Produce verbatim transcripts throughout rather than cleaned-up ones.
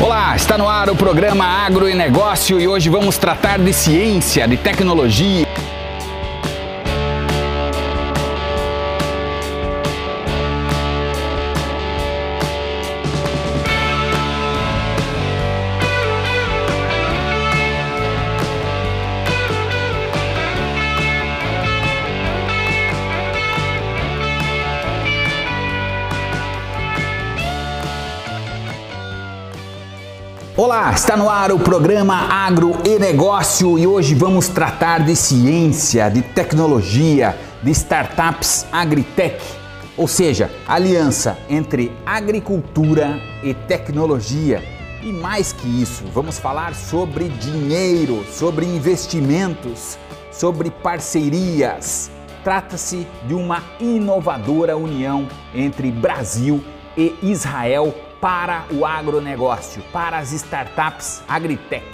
Olá, está no ar o programa Agro e Negócio e hoje vamos tratar de ciência, de tecnologia. Olá, está no ar o programa Agro e Negócio e hoje vamos tratar de ciência, de tecnologia, de startups agritech, ou seja, aliança entre agricultura e tecnologia. E mais que isso, vamos falar sobre dinheiro, sobre investimentos, sobre parcerias. Trata-se de uma inovadora união entre Brasil e Israel para o agronegócio, para as startups agritech.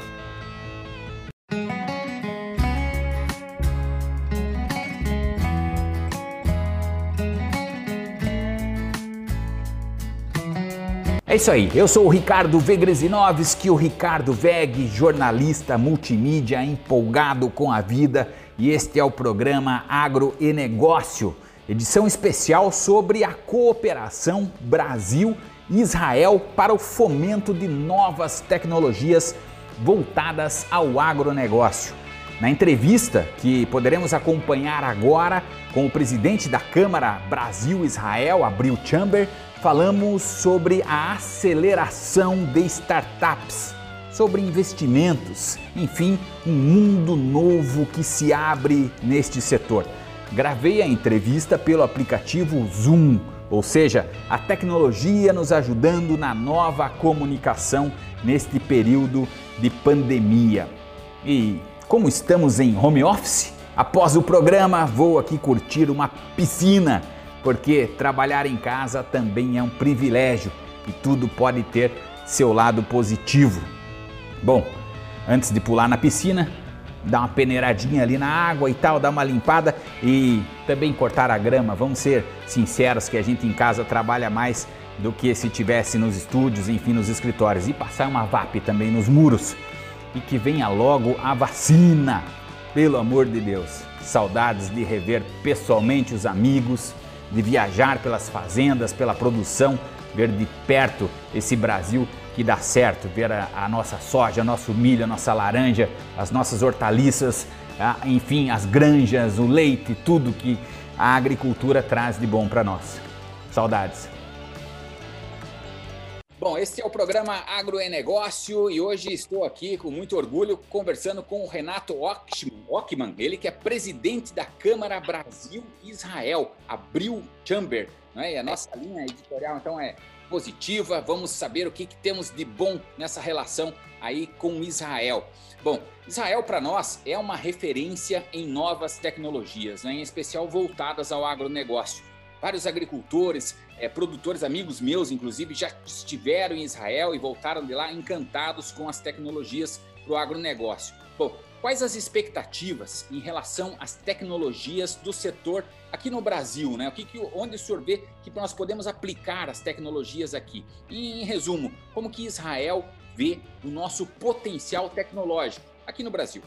É isso aí, eu sou o Ricardo Vegrezinovski, o Ricardo Veg, jornalista multimídia empolgado com a vida, e este é o programa Agro e Negócio, edição especial sobre a cooperação Brasil Israel para o fomento de novas tecnologias voltadas ao agronegócio. Na entrevista que poderemos acompanhar agora com o presidente da Câmara Brasil-Israel, Abril Chamber, falamos sobre a aceleração de startups, sobre investimentos, enfim, um mundo novo que se abre neste setor. Gravei a entrevista pelo aplicativo Zoom, ou seja, a tecnologia nos ajudando na nova comunicação neste período de pandemia. E como estamos em home office, após o programa vou aqui curtir uma piscina, porque trabalhar em casa também é um privilégio e tudo pode ter seu lado positivo. Bom, antes de pular na piscina, dar uma peneiradinha ali na água e tal, dar uma limpada e também cortar a grama. Vamos ser sinceros que a gente em casa trabalha mais do que se tivesse nos estúdios, enfim, nos escritórios. E passar uma V A P também nos muros. E que venha logo a vacina, pelo amor de Deus. Saudades de rever pessoalmente os amigos, de viajar pelas fazendas, pela produção, ver de perto esse Brasil que dá certo, ver a, a nossa soja, nosso milho, a nossa laranja, as nossas hortaliças, a, enfim, as granjas, o leite, tudo que a agricultura traz de bom para nós. Saudades. Bom, esse é o programa Agro e Negócio e hoje estou aqui com muito orgulho conversando com o Renato Ockman, ele que é presidente da Câmara Brasil-Israel, Abril Chamber, né? E a nossa linha editorial então é positiva. Vamos saber o que, que temos de bom nessa relação aí com Israel. Bom, Israel para nós é uma referência em novas tecnologias, né? Em especial voltadas ao agronegócio. Vários agricultores, é, produtores, amigos meus inclusive, já estiveram em Israel e voltaram de lá encantados com as tecnologias para o agronegócio. Bom, quais as expectativas em relação às tecnologias do setor aqui no Brasil, né? O que, que, onde o senhor vê que nós podemos aplicar as tecnologias aqui? E, em resumo, como que Israel vê o nosso potencial tecnológico aqui no Brasil?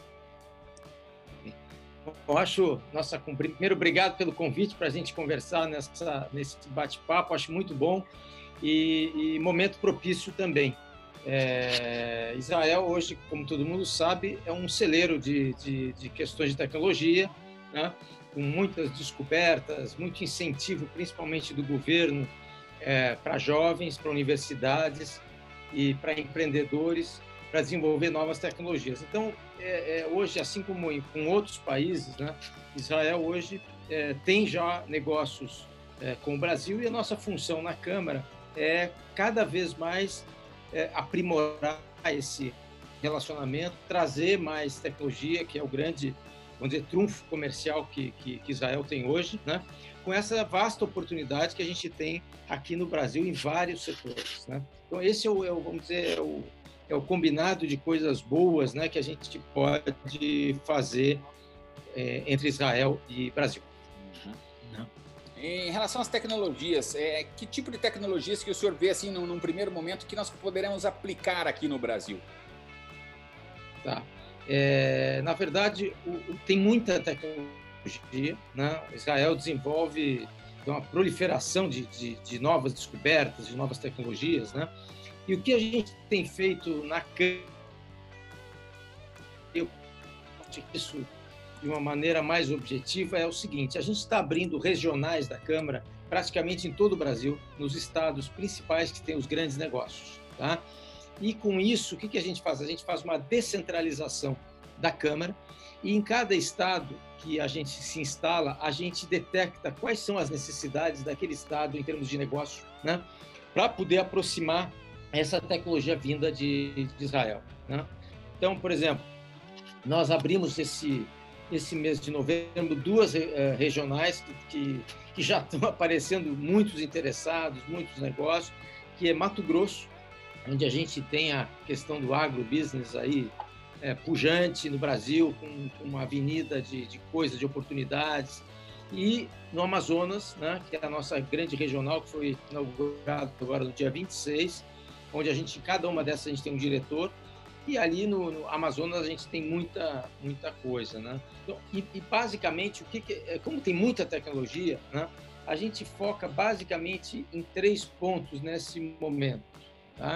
Eu acho, nossa, primeiro, obrigado pelo convite para a gente conversar nessa, nesse bate-papo, acho muito bom e, e momento propício também. É, Israel hoje, como todo mundo sabe, é um celeiro de, de, de questões de tecnologia, né? Com muitas descobertas, muito incentivo, principalmente do governo, é, para jovens, para universidades e para empreendedores, para desenvolver novas tecnologias. Então, é, é, hoje, assim como em, com outros países, né, Israel hoje é, tem já negócios é, com o Brasil e a nossa função na Câmara é cada vez mais é, aprimorar esse relacionamento, trazer mais tecnologia, que é o grande, vamos dizer, trunfo comercial que, que, que Israel tem hoje, né, com essa vasta oportunidade que a gente tem aqui no Brasil em vários setores, né? Então, esse é o, é o vamos dizer, é o é o combinado de coisas boas, né, que a gente pode fazer é, entre Israel e Brasil. Uhum. em relação às tecnologias, é, que tipo de tecnologias que o senhor vê assim num, num primeiro momento que nós poderemos aplicar aqui no Brasil? Tá. É, na verdade, o, o, tem muita tecnologia, né? Israel desenvolve uma proliferação de, de, de novas descobertas, de novas tecnologias, né? E o que a gente tem feito na Câmara, eu acho isso de uma maneira mais objetiva, é o seguinte: a gente está abrindo regionais da Câmara praticamente em todo o Brasil, nos estados principais que têm os grandes negócios, tá? E com isso, o que a gente faz? A gente faz uma descentralização da Câmara e em cada estado que a gente se instala, a gente detecta quais são as necessidades daquele estado em termos de negócio, né? Para poder aproximar essa tecnologia vinda de, de Israel, né? Então, por exemplo, nós abrimos esse, esse mês de novembro duas uh, regionais que, que, que já estão aparecendo muitos interessados, muitos negócios, que é Mato Grosso, onde a gente tem a questão do agrobusiness aí é, pujante no Brasil, com, com uma avenida de, de coisas, de oportunidades, e no Amazonas, né, que é a nossa grande regional, que foi inaugurada agora no dia vinte e seis, onde a gente, cada uma dessas a gente tem um diretor, e ali no, no Amazonas a gente tem muita, muita coisa, né? Então, e, e basicamente, o que que, como tem muita tecnologia, né, a gente foca basicamente em três pontos nesse momento, tá?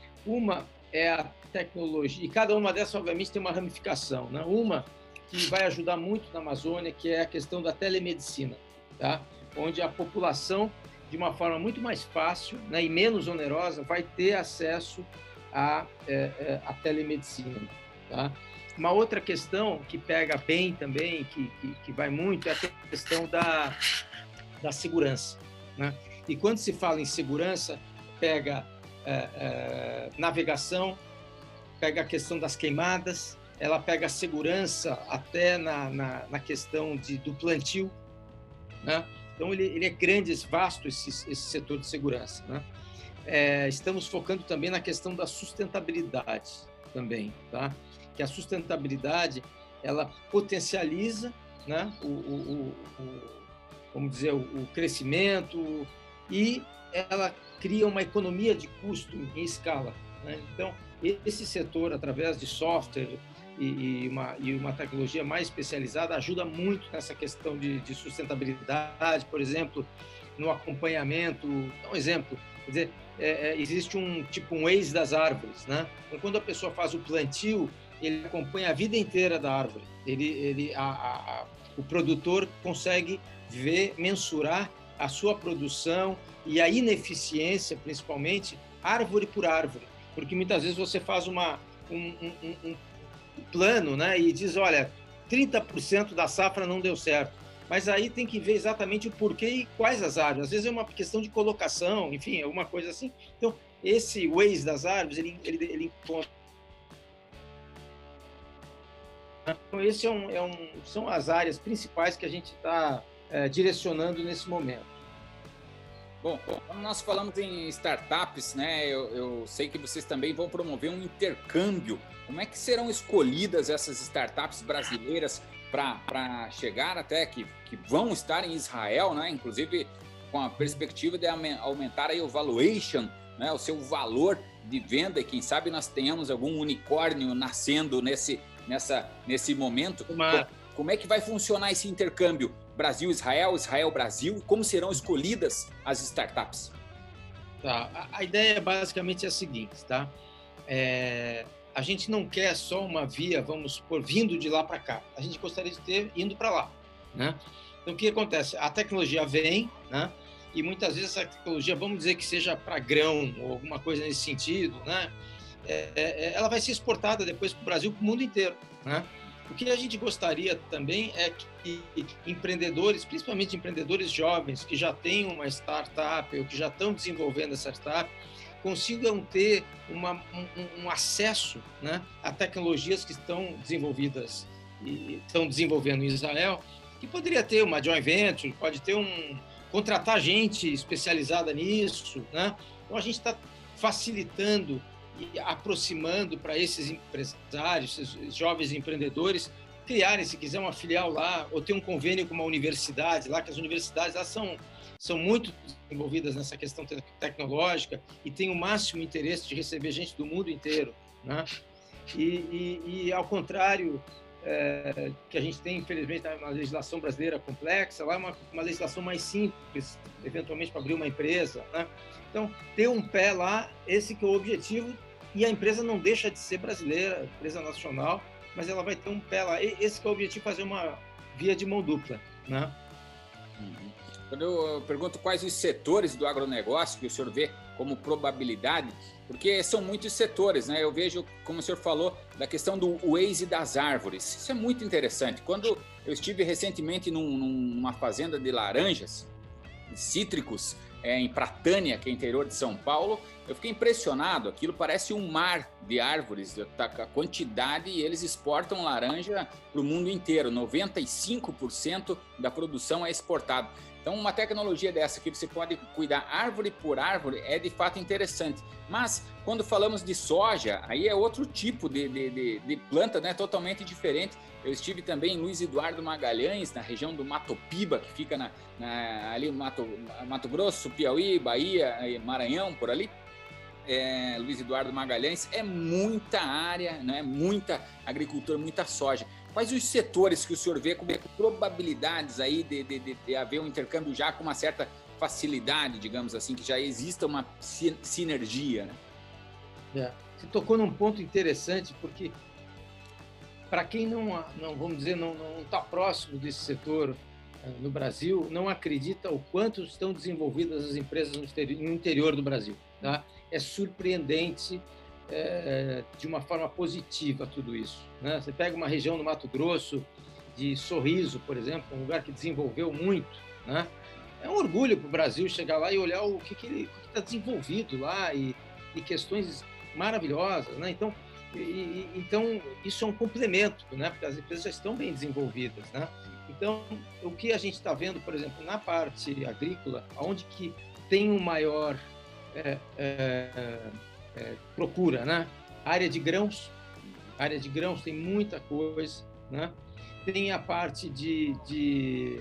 Uma é a tecnologia, e cada uma dessas, obviamente, tem uma ramificação, né? Uma que vai ajudar muito na Amazônia, que é a questão da telemedicina, tá? Onde a população, de uma forma muito mais fácil, né, e menos onerosa, vai ter acesso à, é, à telemedicina, tá? Uma outra questão que pega bem também, que, que, que vai muito, é a questão da, da segurança, né? E quando se fala em segurança, pega é, é, navegação, pega a questão das queimadas, ela pega a segurança até na, na, na questão de, do plantio, né? Então, ele, ele é grande, vasto, esse, esse setor de segurança, né? É, estamos focando também na questão da sustentabilidade, também, tá? Que a sustentabilidade, ela potencializa, né, o, o, o, o, vamos dizer, o, o crescimento, e ela cria uma economia de custo em escala, né? Então, esse setor, através de software e, e, uma, e uma tecnologia mais especializada, ajuda muito nessa questão de, de sustentabilidade, por exemplo, no acompanhamento. Um exemplo, quer dizer, é, é, existe um tipo um Waze das árvores, né? Então, quando a pessoa faz o plantio, ele acompanha a vida inteira da árvore. Ele, ele, a, a, a, o produtor consegue ver, mensurar a sua produção e a ineficiência, principalmente, árvore por árvore. Porque muitas vezes você faz uma, um, um, um plano, né, e diz, olha, trinta por cento da safra não deu certo. Mas aí tem que ver exatamente o porquê e quais as árvores. Às vezes é uma questão de colocação, enfim, alguma coisa assim. Então, esse Waze das árvores, ele, ele, ele encontra. Então, esse é um, é um, são as áreas principais que a gente está é, direcionando nesse momento. Bom, quando nós falamos em startups, né, eu, eu sei que vocês também vão promover um intercâmbio. Como é que serão escolhidas essas startups brasileiras para chegar até que, que vão estar em Israel, né? Inclusive com a perspectiva de aumentar aí o valuation, né? O seu valor de venda, e quem sabe nós tenhamos algum unicórnio nascendo nesse, nessa, nesse momento. Uma... Como é que vai funcionar esse intercâmbio Brasil-Israel, Israel-Brasil? Como serão escolhidas as startups? Tá. A, a ideia basicamente é a seguinte, tá? É... A gente não quer só uma via, vamos supor, vindo de lá para cá. A gente gostaria de ter indo para lá, né? Então, o que acontece? A tecnologia vem, né? E muitas vezes essa tecnologia, vamos dizer que seja para grão ou alguma coisa nesse sentido, né? É, é, ela vai ser exportada depois para o Brasil, para o mundo inteiro, né? O que a gente gostaria também é que empreendedores, principalmente empreendedores jovens, que já têm uma startup ou que já estão desenvolvendo essa startup, consigam ter uma, um, um acesso, né, a tecnologias que estão desenvolvidas e estão desenvolvendo em Israel, que poderia ter uma joint venture, pode ter um contratar gente especializada nisso, né? Então a gente está facilitando e aproximando para esses empresários, esses jovens empreendedores, criarem, se quiser, uma filial lá, ou ter um convênio com uma universidade lá, que as universidades lá são, são muito envolvidas nessa questão te tecnológica e têm o máximo interesse de receber gente do mundo inteiro, né? E, e, e ao contrário, é, que a gente tem, infelizmente, uma legislação brasileira complexa, lá é uma, uma legislação mais simples, eventualmente, para abrir uma empresa, né? Então, ter um pé lá, esse que é o objetivo, e a empresa não deixa de ser brasileira, empresa nacional, mas ela vai ter um pé lá. Esse que é o objetivo, fazer uma via de mão dupla, né? Uhum. Quando eu pergunto quais os setores do agronegócio que o senhor vê como probabilidade, porque são muitos setores, né? Eu vejo, como o senhor falou, da questão do Waze das árvores. Isso é muito interessante. Quando eu estive recentemente num, numa fazenda de laranjas, cítricos, é, em Pratânia, que é interior de São Paulo, eu fiquei impressionado. Aquilo parece um mar de árvores, a quantidade, e eles exportam laranja para o mundo inteiro. noventa e cinco por cento da produção é exportada. Então, uma tecnologia dessa que você pode cuidar árvore por árvore é de fato interessante. Mas, quando falamos de soja, aí é outro tipo de, de, de, de planta, né? Totalmente diferente. Eu estive também em Luiz Eduardo Magalhães, na região do Mato Piba, que fica na, na, ali no Mato, Mato Grosso, Piauí, Bahia, Maranhão, por ali. É, Luiz Eduardo Magalhães, é muita área, né? Muita agricultura, muita soja. Quais os setores que o senhor vê com probabilidades aí de, de, de, de haver um intercâmbio já com uma certa facilidade, digamos assim, que já exista uma sinergia, né? É. Você tocou num ponto interessante, porque para quem não, não, vamos dizer, não está próximo desse setor uh, no Brasil, não acredita o quanto estão desenvolvidas as empresas no exterior, no interior do Brasil, tá? É surpreendente, é, de uma forma positiva, tudo isso, né? Você pega uma região no Mato Grosso, de Sorriso, por exemplo, um lugar que desenvolveu muito, né? É um orgulho para o Brasil chegar lá e olhar o que que está desenvolvido lá, e, e questões maravilhosas, né? Então, e, então, isso é um complemento, né? Porque as empresas já estão bem desenvolvidas, né? Então, o que a gente está vendo, por exemplo, na parte agrícola, onde que tem um maior é, é, é, procura, né? Área de grãos, área de grãos tem muita coisa, né? Tem a parte de, de,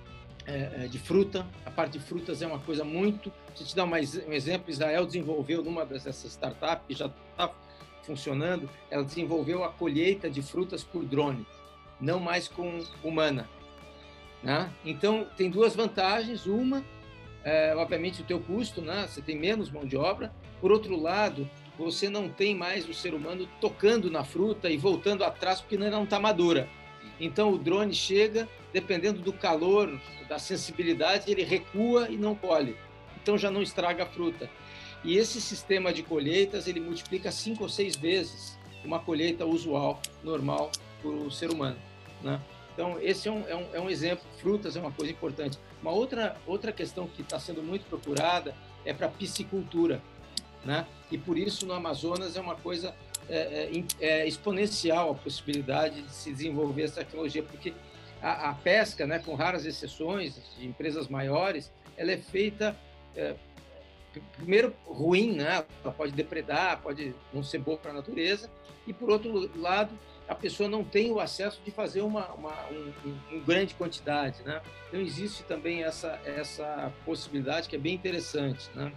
é, de fruta, a parte de frutas é uma coisa muito... Deixa eu te dar mais um exemplo, Israel desenvolveu, numa dessas startups que já está funcionando, ela desenvolveu a colheita de frutas por drone, não mais com humana, né? Então, tem duas vantagens. Uma, é, obviamente, o teu custo, né? Você tem menos mão de obra. Por outro lado, você não tem mais o ser humano tocando na fruta e voltando atrás porque ela não está madura. Então, o drone chega, dependendo do calor, da sensibilidade, ele recua e não colhe. Então, já não estraga a fruta. E esse sistema de colheitas, ele multiplica cinco ou seis vezes uma colheita usual, normal, para o ser humano, né? Então, esse é um, é, um, é um exemplo. Frutas é uma coisa importante. Uma outra, outra questão que está sendo muito procurada é para piscicultura, né? E por isso, no Amazonas, é uma coisa é, é, é exponencial a possibilidade de se desenvolver essa tecnologia, porque a, a pesca, né, com raras exceções de empresas maiores, ela é feita... É, primeiro, ruim, né? Ela pode depredar, pode não ser boa para a natureza, e por outro lado, a pessoa não tem o acesso de fazer uma, uma um, um, um grande quantidade, né? Então existe também essa essa possibilidade que é bem interessante, né?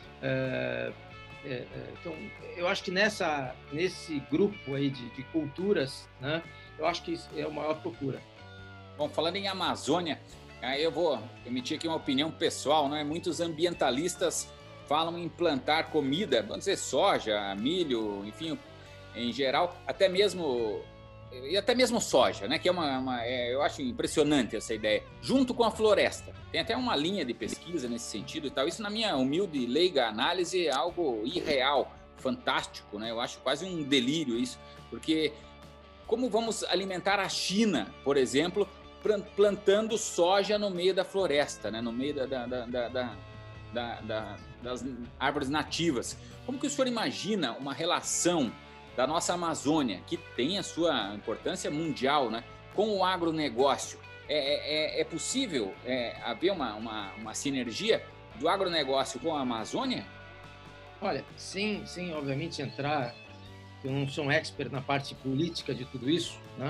É, é, então, eu acho que nessa nesse grupo aí de, de culturas, né? Eu acho que é a maior procura. Bom, falando em Amazônia, aí eu vou emitir aqui uma opinião pessoal, né? Muitos ambientalistas falam em plantar comida, vamos dizer soja, milho, enfim, em geral, até mesmo e até mesmo soja, né? Que é uma, uma é, eu acho impressionante essa ideia, junto com a floresta. Tem até uma linha de pesquisa nesse sentido e tal. Isso, na minha humilde e leiga análise, é algo irreal, fantástico, né? Eu acho quase um delírio isso, porque como vamos alimentar a China, por exemplo, plantando soja no meio da floresta, né? No meio da, da, da, da, da, da, das árvores nativas. Como que o senhor imagina uma relação da nossa Amazônia, que tem a sua importância mundial, né, com o agronegócio? É, é, é possível é, haver uma, uma, uma sinergia do agronegócio com a Amazônia? Olha, sem, sem obviamente entrar, eu não sou um expert na parte política de tudo isso, né?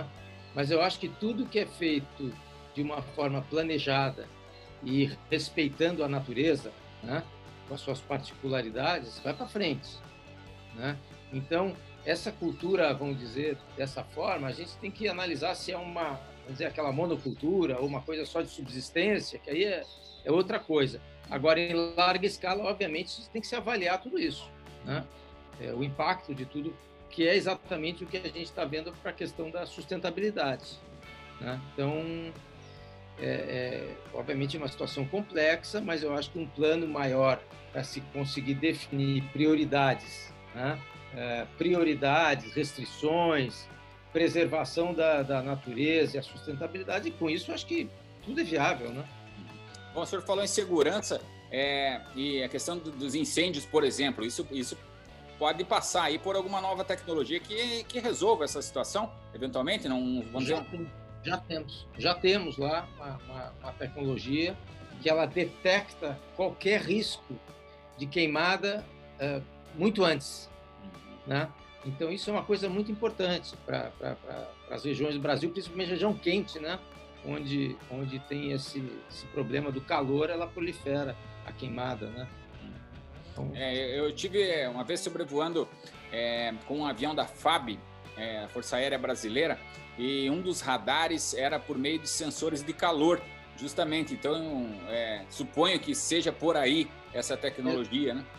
Mas eu acho que tudo que é feito de uma forma planejada e respeitando a natureza, né, com as suas particularidades, vai para frente, né? Então, essa cultura, vamos dizer, dessa forma, a gente tem que analisar se é uma, vamos dizer, aquela monocultura ou uma coisa só de subsistência, que aí é, é outra coisa. Agora, em larga escala, obviamente, tem que se avaliar tudo isso, né? É, o impacto de tudo, que é exatamente o que a gente está vendo para a questão da sustentabilidade, né? Então, é, é, obviamente, é uma situação complexa, mas eu acho que um plano maior para se conseguir definir prioridades, né? É, prioridades, restrições, preservação da, da natureza e a sustentabilidade, e com isso, eu acho que tudo é viável, né? Bom, o senhor falou em segurança é, e a questão do, dos incêndios, por exemplo, isso, isso pode passar aí por alguma nova tecnologia que, que resolva essa situação, eventualmente? Não, vamos já, dizer... tem, já temos, já temos lá uma, uma, uma tecnologia que ela detecta qualquer risco de queimada uh, muito antes, né? Então, isso é uma coisa muito importante para as regiões do Brasil, principalmente a região quente, né? Onde, onde tem esse, esse problema do calor, ela prolifera a queimada, né? Então... É, eu tive uma vez sobrevoando é, com um avião da F A B, é, a Força Aérea Brasileira, e um dos radares era por meio de sensores de calor, justamente. Então, é, suponho que seja por aí essa tecnologia, é. né?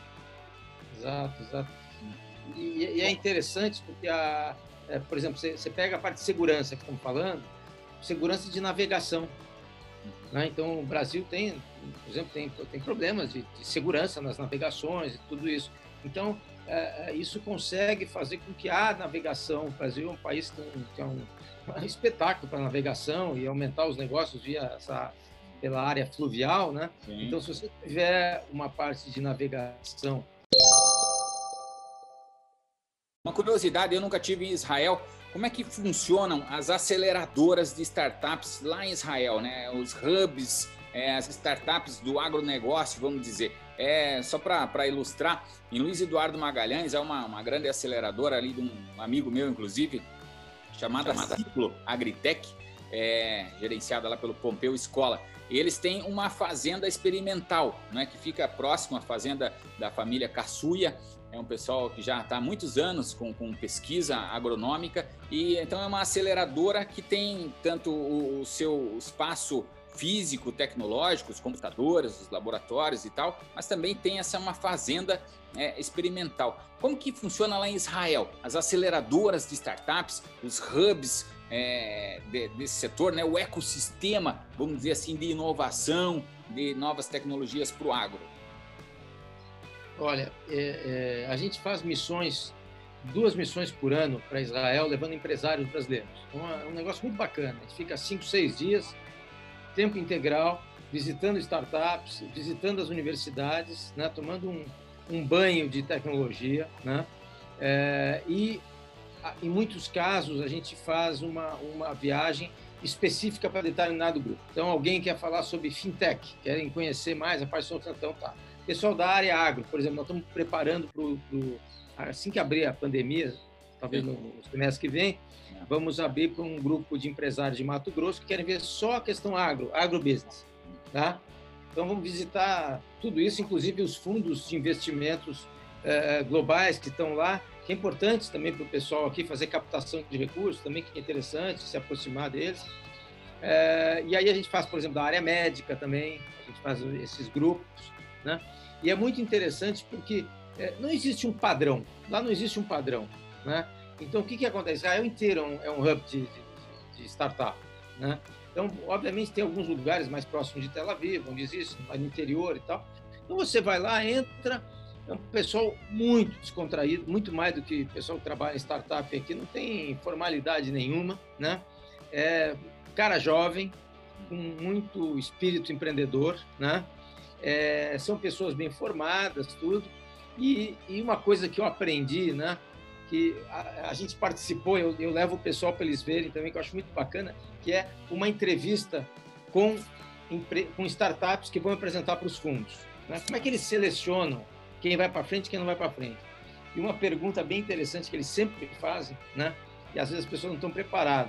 Exato, exato. E, e é interessante porque, a, é, por exemplo, você, você pega a parte de segurança que estamos falando, segurança de navegação, né? Então, o Brasil tem, por exemplo, tem, tem problemas de, de segurança nas navegações e tudo isso. Então, é, isso consegue fazer com que a navegação, o Brasil é um país que tem, que é um, um espetáculo para navegação e aumentar os negócios via essa, pela área fluvial, né? Sim. Então, se você tiver uma parte de navegação... Uma curiosidade, eu nunca tive em Israel, como é que funcionam as aceleradoras de startups lá em Israel, né? Os hubs, é, as startups do agronegócio, vamos dizer. É, só para ilustrar, em Luiz Eduardo Magalhães, é uma, uma grande aceleradora ali de um amigo meu, inclusive, chamada, chamada Ciclo Agritech, é, gerenciada lá pelo Pompeu Escola. Eles têm uma fazenda experimental, né, que fica próximo à fazenda da família Caçuia. É um pessoal que já está há muitos anos com, com pesquisa agronômica, e então é uma aceleradora que tem tanto o, o seu espaço físico, tecnológico, os computadores, os laboratórios e tal, mas também tem essa uma fazenda é, experimental. Como que funciona lá em Israel? As aceleradoras de startups, os hubs é, de, desse setor, né, o ecossistema, vamos dizer assim, de inovação, de novas tecnologias para o agro. Olha, é, é, a gente faz missões, duas missões por ano para Israel, levando empresários brasileiros. Então, é um negócio muito bacana. A gente fica cinco, seis dias, tempo integral, visitando startups, visitando as universidades, né, tomando um, um banho de tecnologia, né, é, e, em muitos casos, a gente faz uma, uma viagem específica para determinado grupo. Então, alguém quer falar sobre fintech, querem conhecer mais a parte de sustentação, tá. Pessoal da área agro, por exemplo, nós estamos preparando para, assim que abrir a pandemia, talvez no, no semestre que vem, vamos abrir para um grupo de empresários de Mato Grosso que querem ver só a questão agro, agrobusiness, tá? Então, vamos visitar tudo isso, inclusive os fundos de investimentos eh, globais que estão lá, que é importante também para o pessoal aqui fazer captação de recursos, também que é interessante se aproximar deles. Eh, e aí a gente faz, por exemplo, da área médica também, a gente faz esses grupos, né? E é muito interessante porque é, não existe um padrão, lá não existe um padrão, né? Então, o que, que acontece? Israel inteiro é um, é um hub de, de, de startup, né? Então, obviamente, tem alguns lugares mais próximos de Tel Aviv, onde existe, no interior e tal. Então, você vai lá, entra, é um pessoal muito descontraído, muito mais do que o pessoal que trabalha em startup aqui, não tem formalidade nenhuma, né? É cara jovem, com muito espírito empreendedor, né? É, são pessoas bem formadas, tudo. E, e uma coisa que eu aprendi, né, que a, a gente participou, eu, eu levo o pessoal para eles verem também, que eu acho muito bacana, que é uma entrevista com, com startups que vão apresentar para os fundos. Né? Como é que eles selecionam quem vai para frente e quem não vai para frente? E uma pergunta bem interessante que eles sempre fazem, né, e às vezes as pessoas não estão preparadas.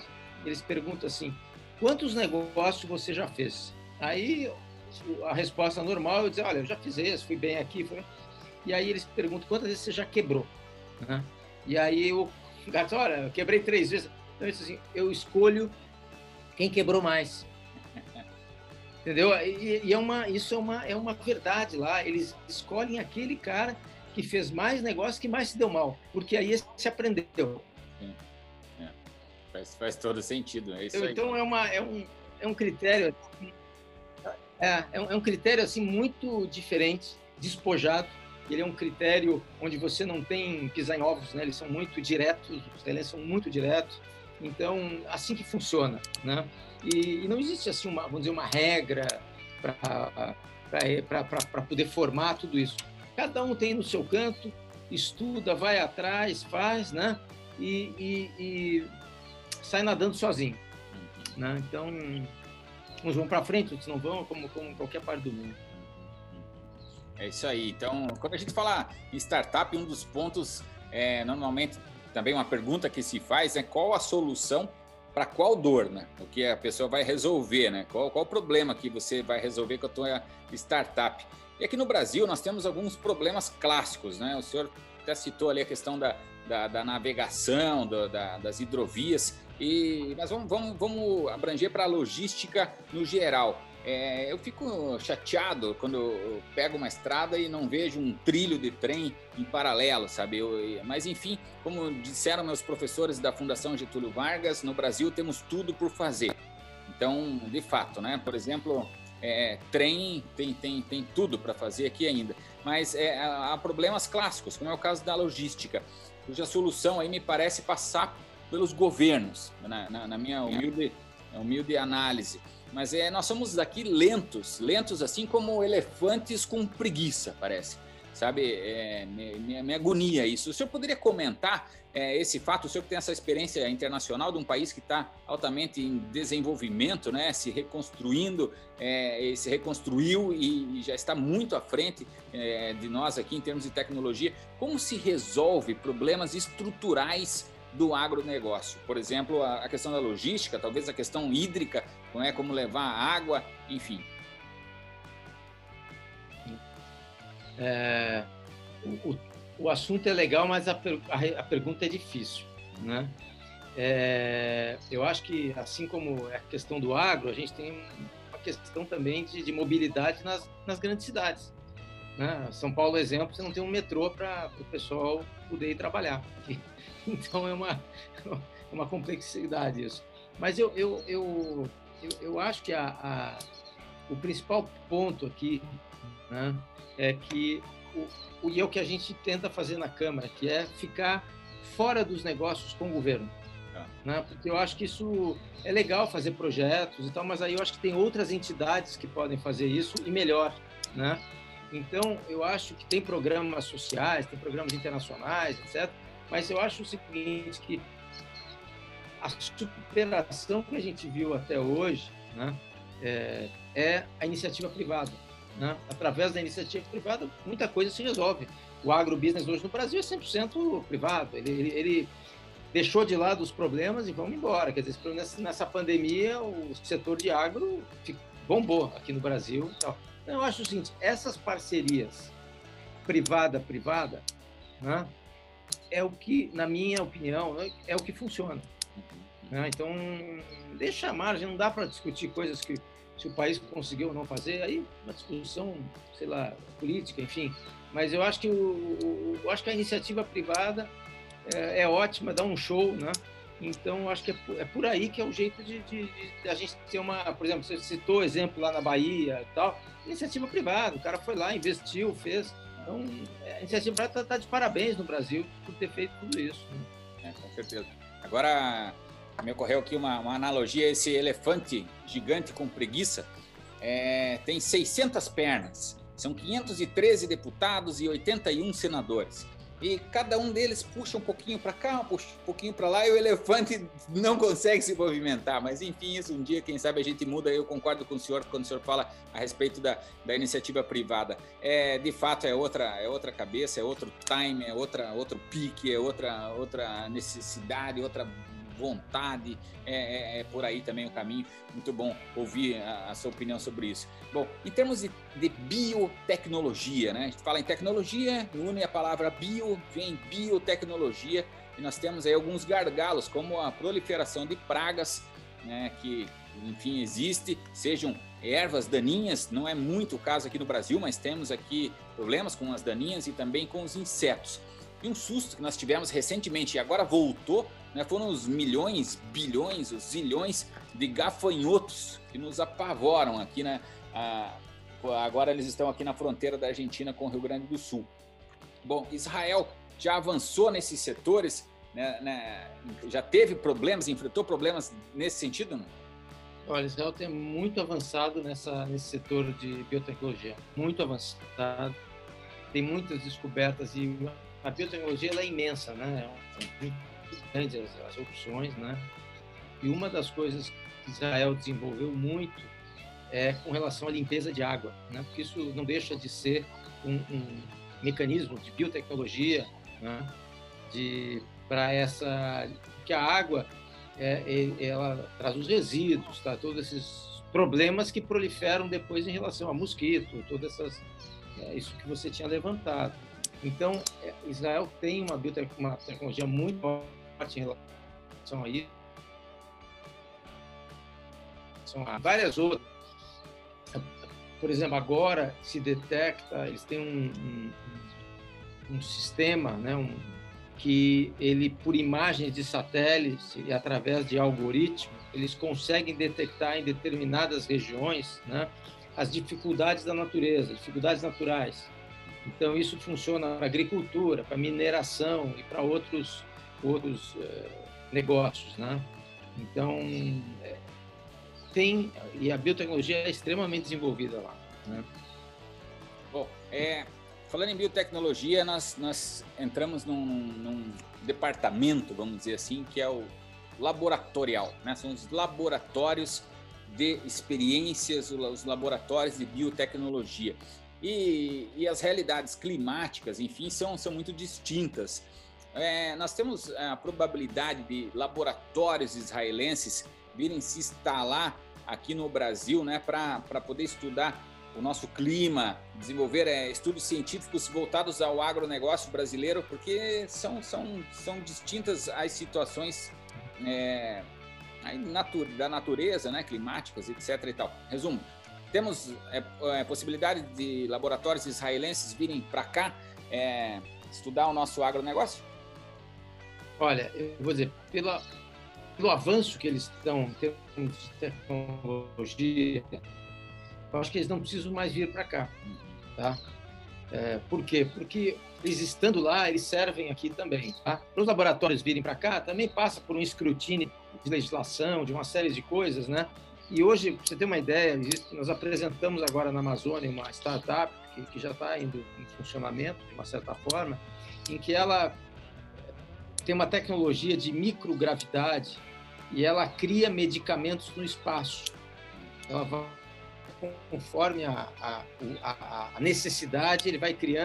eles perguntam assim, quantos negócios você já fez? Aí a resposta normal é dizer, olha, eu já fiz esse, fui bem aqui. Fui... E aí eles perguntam, quantas vezes você já quebrou? Né? E aí o gato, olha, eu quebrei três vezes. Então, eu, assim, eu escolho quem quebrou mais. Entendeu? E, e é uma, isso é uma, é uma verdade lá. Eles escolhem aquele cara que fez mais negócio, que mais se deu mal. Porque aí se aprendeu. Sim. É. Faz, faz todo sentido. É isso então, aí. então é, uma, é, um, é um critério... É, é, um, é um critério assim, muito diferente, despojado. Ele é um critério onde você não tem pisar em ovos, né? Eles são muito diretos, os israelenses são muito diretos. Então, assim que funciona, né? E, e não existe assim uma, vamos dizer, uma regra para poder formar tudo isso. Cada um tem no seu canto, estuda, vai atrás, faz, né? E, e, e sai nadando sozinho, né? Então, uns vão para frente, outros não vão, como, como qualquer parte do mundo. É isso aí. Então, quando a gente fala em startup, um dos pontos, é, normalmente, também uma pergunta que se faz é qual a solução para qual dor, né? O que a pessoa vai resolver, né? Qual, qual o problema que você vai resolver com a tua startup? E aqui no Brasil nós temos alguns problemas clássicos, né? O senhor até citou ali a questão da, da, da navegação, do, da, das hidrovias, e, mas vamos, vamos, vamos abranger para a logística no geral. É, eu fico chateado quando eu pego uma estrada e não vejo um trilho de trem em paralelo, sabe? Eu, mas, enfim, como disseram meus professores da Fundação Getúlio Vargas, no Brasil temos tudo por fazer. Então, de fato, né? Por exemplo, é, trem tem, tem, tem tudo para fazer aqui ainda. Mas é, há problemas clássicos, como é o caso da logística, cuja solução aí me parece passar pelos governos, na, na, na minha humilde, humilde análise. Mas é, nós somos aqui lentos, lentos assim como elefantes com preguiça, parece. Sabe, é, me, me, me agonia isso. O senhor poderia comentar é, esse fato, o senhor que tem essa experiência internacional de um país que está altamente em desenvolvimento, né, se reconstruindo, é, se reconstruiu e, e já está muito à frente é, de nós aqui em termos de tecnologia. Como se resolve problemas estruturais do agronegócio? Por exemplo, a questão da logística, talvez a questão hídrica, não é, como levar água, enfim. É, o, o assunto é legal, mas a, a, a pergunta é difícil, né? É, eu acho que, assim como é a questão do agro, a gente tem uma questão também de, de mobilidade nas, nas grandes cidades, né? São Paulo, exemplo, você não tem um metrô para o pessoal poder ir trabalhar. Então é uma, uma complexidade isso. Mas eu, eu, eu, eu, eu acho que a, a, o principal ponto aqui, né, é que o, e é o que a gente tenta fazer na Câmara, que é ficar fora dos negócios com o governo. Ah. Né? Porque eu acho que isso é legal fazer projetos e tal, mas aí eu acho que tem outras entidades que podem fazer isso e melhor, né? Então, eu acho que tem programas sociais, tem programas internacionais, etcétera. Mas eu acho o seguinte, que a superação que a gente viu até hoje, né, é, é a iniciativa privada. Né? Através da iniciativa privada, muita coisa se resolve. O agrobusiness hoje no Brasil é cem por cento privado. Ele, ele, ele deixou de lado os problemas e vamos embora. Quer dizer, nessa pandemia, o setor de agro bombou aqui no Brasil. Então, eu acho o seguinte, essas parcerias privada-privada, né, é o que, na minha opinião, é o que funciona. Né? Então, deixa a margem, não dá para discutir coisas que, se o país conseguiu ou não fazer, aí uma discussão, sei lá, política, enfim. Mas eu acho que, o, o, eu acho que a iniciativa privada é, é ótima, dá um show, né? Então, eu acho que é por, é por aí que é o jeito de, de, de a gente ter uma... Por exemplo, você citou o exemplo lá na Bahia e tal, iniciativa privada, o cara foi lá, investiu, fez... Então, a iniciativa privada está de parabéns no Brasil por ter feito tudo isso. Né? É, com certeza. Agora, me ocorreu aqui uma, uma analogia, esse elefante gigante com preguiça é, tem seiscentas pernas, são quinhentos e treze deputados e oitenta e um senadores. E cada um deles puxa um pouquinho para cá, puxa um pouquinho para lá, e o elefante não consegue se movimentar. Mas enfim, isso um dia, quem sabe, a gente muda. Eu concordo com o senhor quando o senhor fala a respeito da, da iniciativa privada. É, de fato, é outra, é outra cabeça, é outro time, é outra, outro pique, é outra, outra necessidade, outra vontade, é, é, é por aí também o caminho. Muito bom ouvir a, a sua opinião sobre isso. Bom, em termos de, de biotecnologia, né? A gente fala em tecnologia, une a palavra bio, vem biotecnologia, e nós temos aí alguns gargalos, como a proliferação de pragas, né, que, enfim, existe, sejam ervas daninhas, não é muito o caso aqui no Brasil, mas temos aqui problemas com as daninhas e também com os insetos. E um susto que nós tivemos recentemente e agora voltou, né, foram os milhões, bilhões, os zilhões de gafanhotos que nos apavoram aqui, né? Ah, agora eles estão aqui na fronteira da Argentina com o Rio Grande do Sul. Bom, Israel já avançou nesses setores, né, né, já teve problemas, enfrentou problemas nesse sentido, não? Olha, Israel tem muito avançado nessa, nesse setor de biotecnologia, muito avançado, tem muitas descobertas e a biotecnologia ela é imensa, né? São muito grandes as, as opções, né? E uma das coisas que Israel desenvolveu muito é com relação à limpeza de água, né? Porque isso não deixa de ser um, um mecanismo de biotecnologia, né? De para essa que a água é, ela traz os resíduos, tá? Todos esses problemas que proliferam depois em relação a mosquito, todas essas é, isso que você tinha levantado. Então, Israel tem uma, biotec, uma tecnologia muito forte em relação a isso. São várias outras. Por exemplo, agora se detecta, eles têm um, um, um sistema, né, um, que ele, por imagens de satélite e através de algoritmos, eles conseguem detectar em determinadas regiões, né, as dificuldades da natureza, dificuldades naturais. Então, isso funciona para a agricultura, para a mineração e para outros, outros eh, negócios, né? Então, é, tem... E a biotecnologia é extremamente desenvolvida lá, né? Bom, é, falando em biotecnologia, nós, nós entramos num, num departamento, vamos dizer assim, que é o laboratorial, né? São os laboratórios de experiências, os laboratórios de biotecnologia. E, e as realidades climáticas, enfim, são, são muito distintas. É, nós temos a probabilidade de laboratórios israelenses virem se instalar aqui no Brasil, né, para poder estudar o nosso clima, desenvolver é, estudos científicos voltados ao agronegócio brasileiro, porque são, são, são distintas as situações é, da natureza, né, climáticas, etc e tal. Resumo. Temos é, é, possibilidade de laboratórios israelenses virem para cá é, estudar o nosso agronegócio? Olha, eu vou dizer, pela, pelo avanço que eles estão em termos de tecnologia, eu acho que eles não precisam mais vir para cá. Tá? É, por quê? Porque eles estando lá, eles servem aqui também. Tá? Para os laboratórios virem para cá, também passa por um escrutínio de legislação, de uma série de coisas, né? E hoje, para você ter uma ideia, nós apresentamos agora na Amazônia uma startup que, que já está indo em funcionamento, de uma certa forma, em que ela tem uma tecnologia de microgravidade e ela cria medicamentos no espaço. Ela vai, conforme a, a, a, a necessidade, ele vai criando.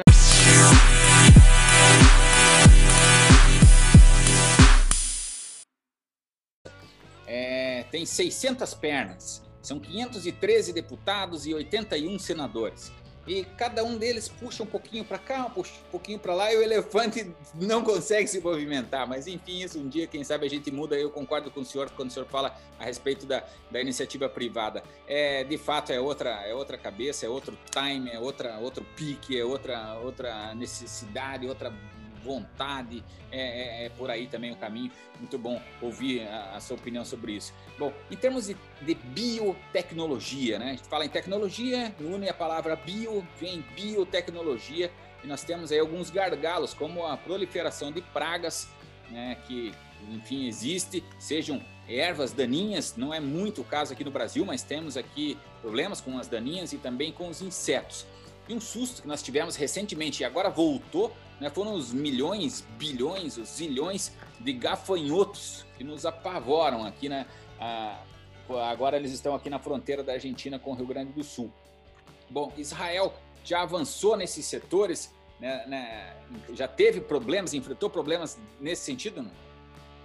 É, tem seiscentas pernas, são quinhentos e treze deputados e oitenta e um senadores. E cada um deles puxa um pouquinho para cá, puxa um pouquinho para lá, e o elefante não consegue se movimentar. Mas enfim, isso um dia, quem sabe, a gente muda. Eu concordo com o senhor quando o senhor fala a respeito da, da iniciativa privada. É, de fato, é outra, é outra cabeça, é outro time, é outra, outro pique, é outra, outra necessidade, outra vontade, é, é, é por aí também o caminho. Muito bom ouvir a, a sua opinião sobre isso. Bom, em termos de, de biotecnologia, né? A gente fala em tecnologia, une a palavra bio, vem biotecnologia, e nós temos aí alguns gargalos, como a proliferação de pragas, né, que, enfim, existe, sejam ervas daninhas, não é muito o caso aqui no Brasil, mas temos aqui problemas com as daninhas e também com os insetos. E um susto que nós tivemos recentemente e agora voltou, né, foram os milhões, bilhões, os zilhões de gafanhotos que nos apavoram aqui, né? Ah, agora eles estão aqui na fronteira da Argentina com o Rio Grande do Sul. Bom, Israel já avançou nesses setores, né, né, já teve problemas, enfrentou problemas nesse sentido, não?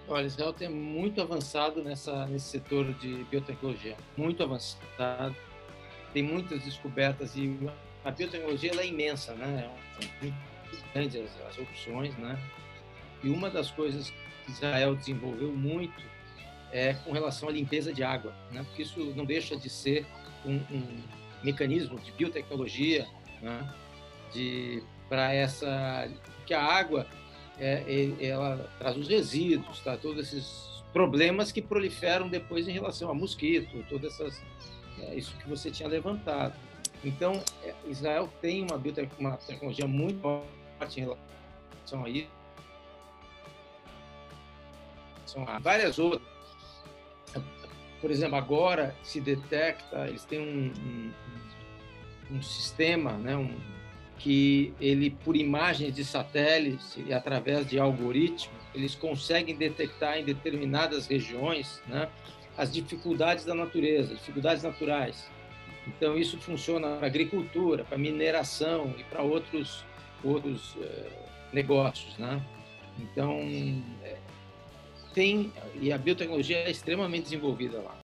Olha, Israel tem muito avançado nessa, nesse setor de biotecnologia, muito avançado, tem muitas descobertas e a biotecnologia ela é imensa, né? São muito grandes as, as opções, né? E uma das coisas que Israel desenvolveu muito é com relação à limpeza de água, né? Porque isso não deixa de ser um, um mecanismo de biotecnologia, né? De para essa que a água é, ela traz os resíduos, tá? Todos esses problemas que proliferam depois em relação a mosquito, todas essas é, isso que você tinha levantado. Então, Israel tem uma, biotec, uma tecnologia muito forte em relação a isso. São várias outras. Por exemplo, agora se detecta, eles têm um, um, um sistema, né, um, que ele, por imagens de satélite e através de algoritmos, eles conseguem detectar em determinadas regiões, né, as dificuldades da natureza, dificuldades naturais. Então, isso funciona para agricultura, para mineração e para outros, outros eh, negócios, né? Então, tem, e a biotecnologia é extremamente desenvolvida lá.